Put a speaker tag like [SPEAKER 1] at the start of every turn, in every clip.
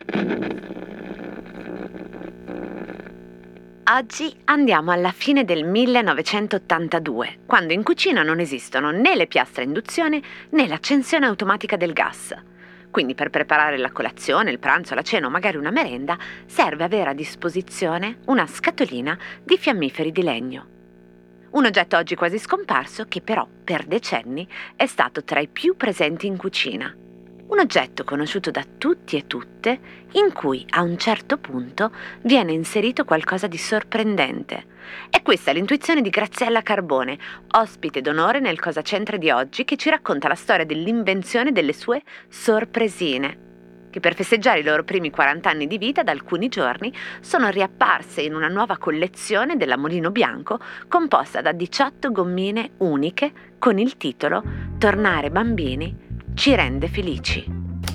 [SPEAKER 1] Oggi andiamo alla fine del 1982, quando in cucina non esistono né le piastre a induzione né l'accensione automatica del gas. Quindi per preparare la colazione, il pranzo, la cena o magari una merenda serve avere a disposizione una scatolina di fiammiferi di legno. Un oggetto oggi quasi scomparso che però per decenni è stato tra i più presenti in cucina. Un oggetto conosciuto da tutti e tutte, in cui a un certo punto viene inserito qualcosa di sorprendente. È questa l'intuizione di Graziella Carbone, ospite d'onore nel Cosa c'entra di oggi, che ci racconta la storia dell'invenzione delle sue sorpresine, che per festeggiare i loro primi 40 anni di vita da alcuni giorni sono riapparse in una nuova collezione della Mulino Bianco composta da 18 gommine uniche con il titolo Tornare bambini ci rende felici.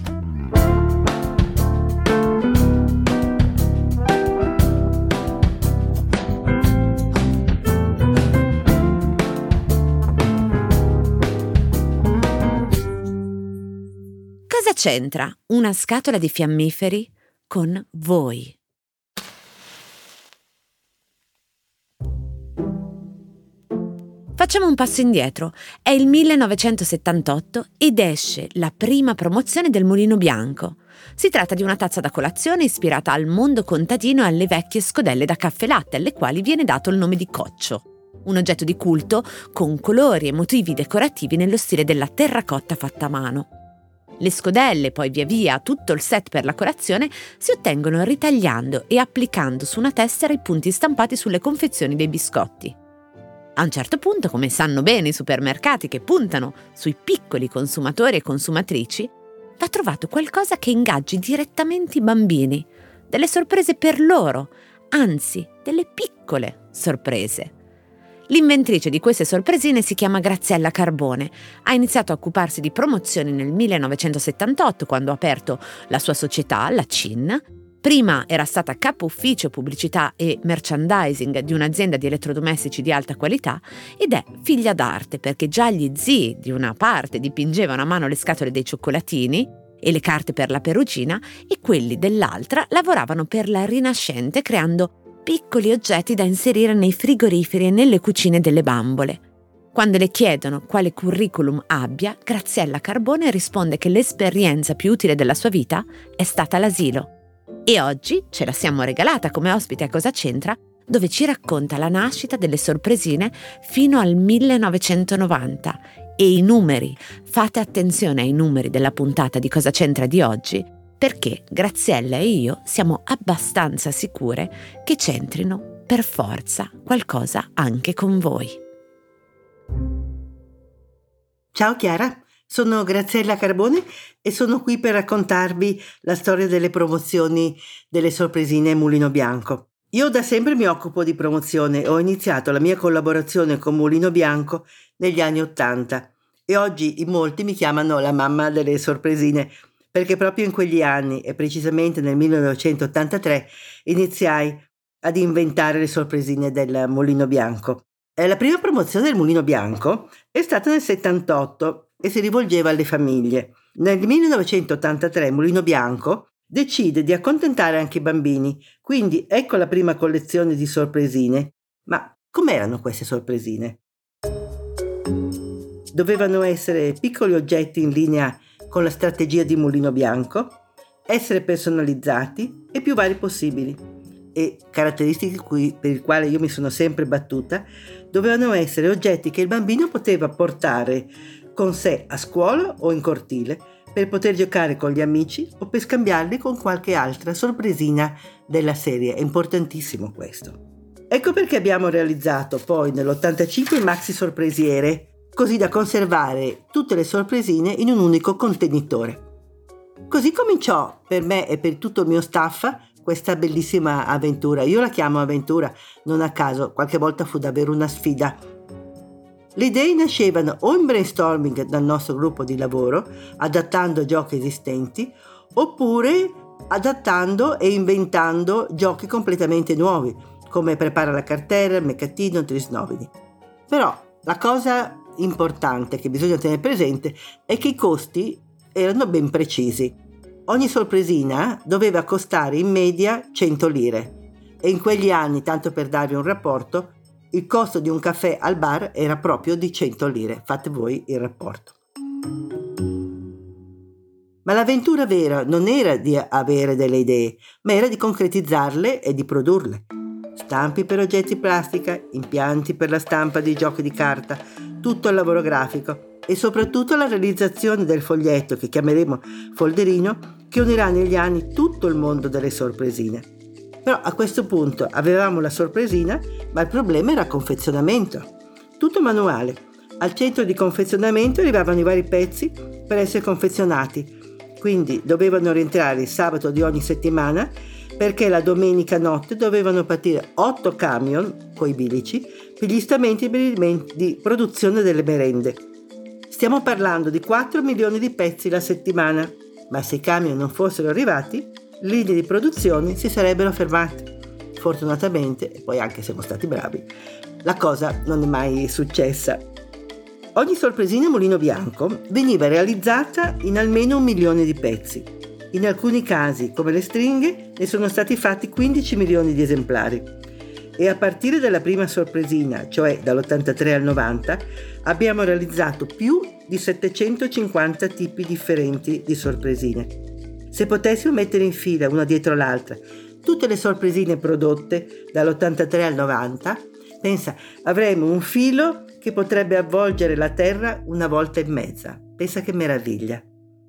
[SPEAKER 1] Cosa c'entra una scatola di fiammiferi con voi? Facciamo un passo indietro. È il 1978 ed esce la prima promozione del Mulino Bianco. Si tratta di una tazza da colazione ispirata al mondo contadino e alle vecchie scodelle da caffè latte, alle quali viene dato il nome di coccio. Un oggetto di culto con colori e motivi decorativi nello stile della terracotta fatta a mano. Le scodelle, poi via via tutto il set per la colazione, si ottengono ritagliando e applicando su una tessera i punti stampati sulle confezioni dei biscotti. A un certo punto, come sanno bene i supermercati che puntano sui piccoli consumatori e consumatrici, va trovato qualcosa che ingaggi direttamente i bambini, delle sorprese per loro, anzi, delle piccole sorprese. L'inventrice di queste sorpresine si chiama Graziella Carbone. Ha iniziato a occuparsi di promozioni nel 1978, quando ha aperto la sua società, la CIN. Prima era stata capo ufficio pubblicità e merchandising di un'azienda di elettrodomestici di alta qualità ed è figlia d'arte perché già gli zii di una parte dipingevano a mano le scatole dei cioccolatini e le carte per la Perugina e quelli dell'altra lavoravano per la Rinascente creando piccoli oggetti da inserire nei frigoriferi e nelle cucine delle bambole. Quando le chiedono quale curriculum abbia, Graziella Carbone risponde che l'esperienza più utile della sua vita è stata l'asilo. E oggi ce la siamo regalata come ospite a Cosa c'entra, dove ci racconta la nascita delle sorpresine fino al 1990 e i numeri. Fate attenzione ai numeri della puntata di Cosa c'entra di oggi, perché Graziella e io siamo abbastanza sicure che c'entrino per forza qualcosa anche con voi.
[SPEAKER 2] Ciao Chiara, sono Graziella Carbone e sono qui per raccontarvi la storia delle promozioni delle sorpresine Mulino Bianco. Io da sempre mi occupo di promozione e ho iniziato la mia collaborazione con Mulino Bianco negli anni '80 e oggi in molti mi chiamano la mamma delle sorpresine perché proprio in quegli anni e precisamente nel 1983 iniziai ad inventare le sorpresine del Mulino Bianco. La prima promozione del Mulino Bianco è stata nel '78 e si rivolgeva alle famiglie. Nel 1983 Mulino Bianco decide di accontentare anche i bambini, quindi ecco la prima collezione di sorpresine. Ma com'erano queste sorpresine? Dovevano essere piccoli oggetti in linea con la strategia di Mulino Bianco, essere personalizzati e più vari possibili. E caratteristiche per il quale io mi sono sempre battuta, dovevano essere oggetti che il bambino poteva portare con sé a scuola o in cortile per poter giocare con gli amici o per scambiarli con qualche altra sorpresina della serie. È importantissimo questo. Ecco perché abbiamo realizzato poi nell'85 il maxi sorpresiere, così da conservare tutte le sorpresine in un unico contenitore. Così cominciò per me e per tutto il mio staff questa bellissima avventura. Io la chiamo avventura, non a caso, qualche volta fu davvero una sfida. Le idee nascevano o in brainstorming dal nostro gruppo di lavoro, adattando giochi esistenti, oppure adattando e inventando giochi completamente nuovi, come Prepara la cartella, Mercatino, Trisnovidi. Però la cosa importante che bisogna tenere presente è che i costi erano ben precisi. Ogni sorpresina doveva costare in media 100 lire e in quegli anni, tanto per darvi un rapporto, il costo di un caffè al bar era proprio di 100 lire. Fate voi il rapporto. Ma l'avventura vera non era di avere delle idee, ma era di concretizzarle e di produrle. Stampi per oggetti plastica, impianti per la stampa di giochi di carta, tutto il lavoro grafico e soprattutto la realizzazione del foglietto che chiameremo folderino, che unirà negli anni tutto il mondo delle sorpresine. Però a questo punto avevamo la sorpresina, ma il problema era il confezionamento. Tutto manuale. Al centro di confezionamento arrivavano i vari pezzi per essere confezionati. Quindi dovevano rientrare il sabato di ogni settimana, perché la domenica notte dovevano partire 8 camion coi bilici per gli stamenti di produzione delle merende. Stiamo parlando di 4 milioni di pezzi la settimana, ma se i camion non fossero arrivati, le linee di produzione si sarebbero fermate. Fortunatamente, e poi anche siamo stati bravi, la cosa non è mai successa. Ogni sorpresina Mulino Bianco veniva realizzata in almeno 1 milione di pezzi. In alcuni casi, come le stringhe, ne sono stati fatti 15 milioni di esemplari. E a partire dalla prima sorpresina, cioè dall'83 al 90, abbiamo realizzato più di 750 tipi differenti di sorpresine. Se potessimo mettere in fila una dietro l'altra tutte le sorpresine prodotte dall'83 al 90, pensa, avremo un filo che potrebbe avvolgere la Terra una volta e mezza. Pensa che meraviglia.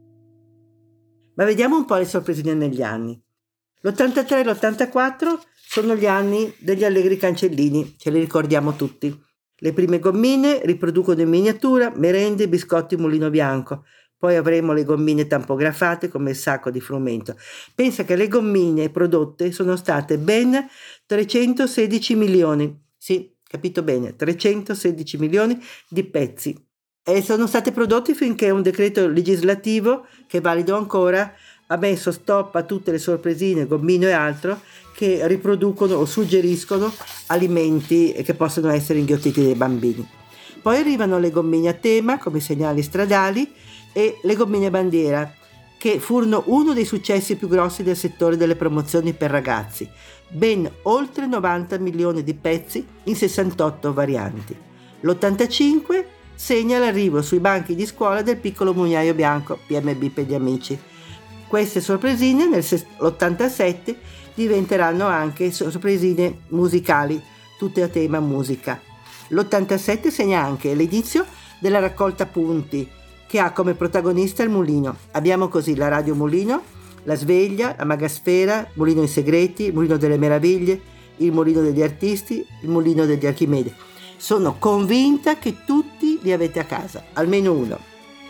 [SPEAKER 2] Ma vediamo un po' le sorpresine negli anni. L'83 e l'84 sono gli anni degli allegri cancellini, ce li ricordiamo tutti. Le prime gommine riproducono in miniatura merende e biscotti Mulino Bianco. Poi avremo le gommine tampografate come il sacco di frumento. Pensa che le gommine prodotte sono state ben 316 milioni. Sì, capito bene, 316 milioni di pezzi. E sono state prodotte finché un decreto legislativo, che è valido ancora, ha messo stop a tutte le sorpresine, gommino e altro, che riproducono o suggeriscono alimenti che possono essere inghiottiti dai bambini. Poi arrivano le gommine a tema, come segnali stradali, e le gommine bandiera, che furono uno dei successi più grossi del settore delle promozioni per ragazzi. Ben oltre 90 milioni di pezzi in 68 varianti. L'85 segna l'arrivo sui banchi di scuola del piccolo mugnaio bianco, PMB per gli amici. Queste sorpresine nell'87 diventeranno anche sorpresine musicali, tutte a tema musica. L'87 segna anche l'inizio della raccolta punti, che ha come protagonista il mulino. Abbiamo così la Radio Mulino, la Sveglia, la Magasfera, Mulino in Segreti, il Mulino delle Meraviglie, il Mulino degli Artisti, il Mulino degli Archimede. Sono convinta che tutti li avete a casa, almeno uno.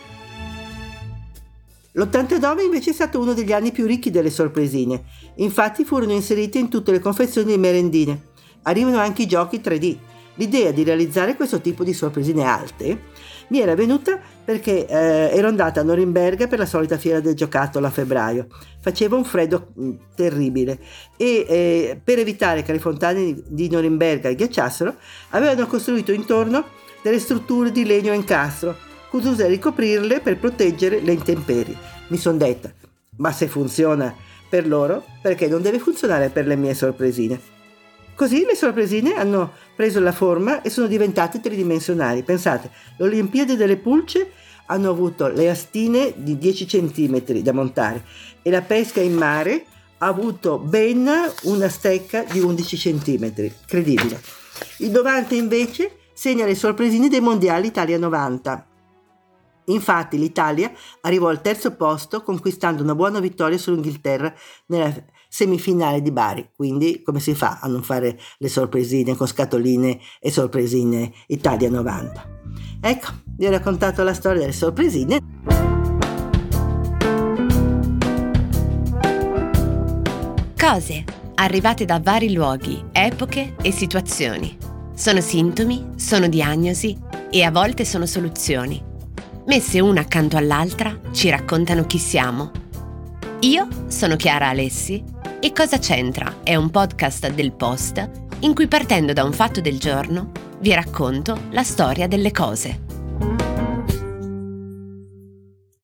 [SPEAKER 2] L'89 invece è stato uno degli anni più ricchi delle sorpresine. Infatti furono inserite in tutte le confezioni di merendine. Arrivano anche i giochi 3D. L'idea di realizzare questo tipo di sorpresine alte mi era venuta perché ero andata a Norimberga per la solita fiera del giocattolo a febbraio. Faceva un freddo terribile e per evitare che le fontane di Norimberga ghiacciassero avevano costruito intorno delle strutture di legno e incastro, così ricoprirle per proteggere le intemperie. Mi son detta, ma se funziona per loro, perché non deve funzionare per le mie sorpresine? Così le sorpresine hanno preso la forma e sono diventate tridimensionali. Pensate, le Olimpiadi delle Pulce hanno avuto le astine di 10 cm da montare e la pesca in mare ha avuto ben una stecca di 11 cm. Credibile. Il 90 invece segna le sorpresine dei mondiali Italia 90. Infatti l'Italia arrivò al terzo posto conquistando una buona vittoria sull'Inghilterra nella semifinale di Bari. Quindi come si fa a non fare le sorpresine con scatoline e sorpresine Italia 90? Ecco, vi ho raccontato la storia delle sorpresine.
[SPEAKER 1] Cose arrivate da vari luoghi, epoche e situazioni. Sono sintomi, sono diagnosi e a volte sono soluzioni. Messe una accanto all'altra ci raccontano chi siamo. Io sono Chiara Alessi e Cosa c'entra è un podcast del Post in cui partendo da un fatto del giorno vi racconto la storia delle cose.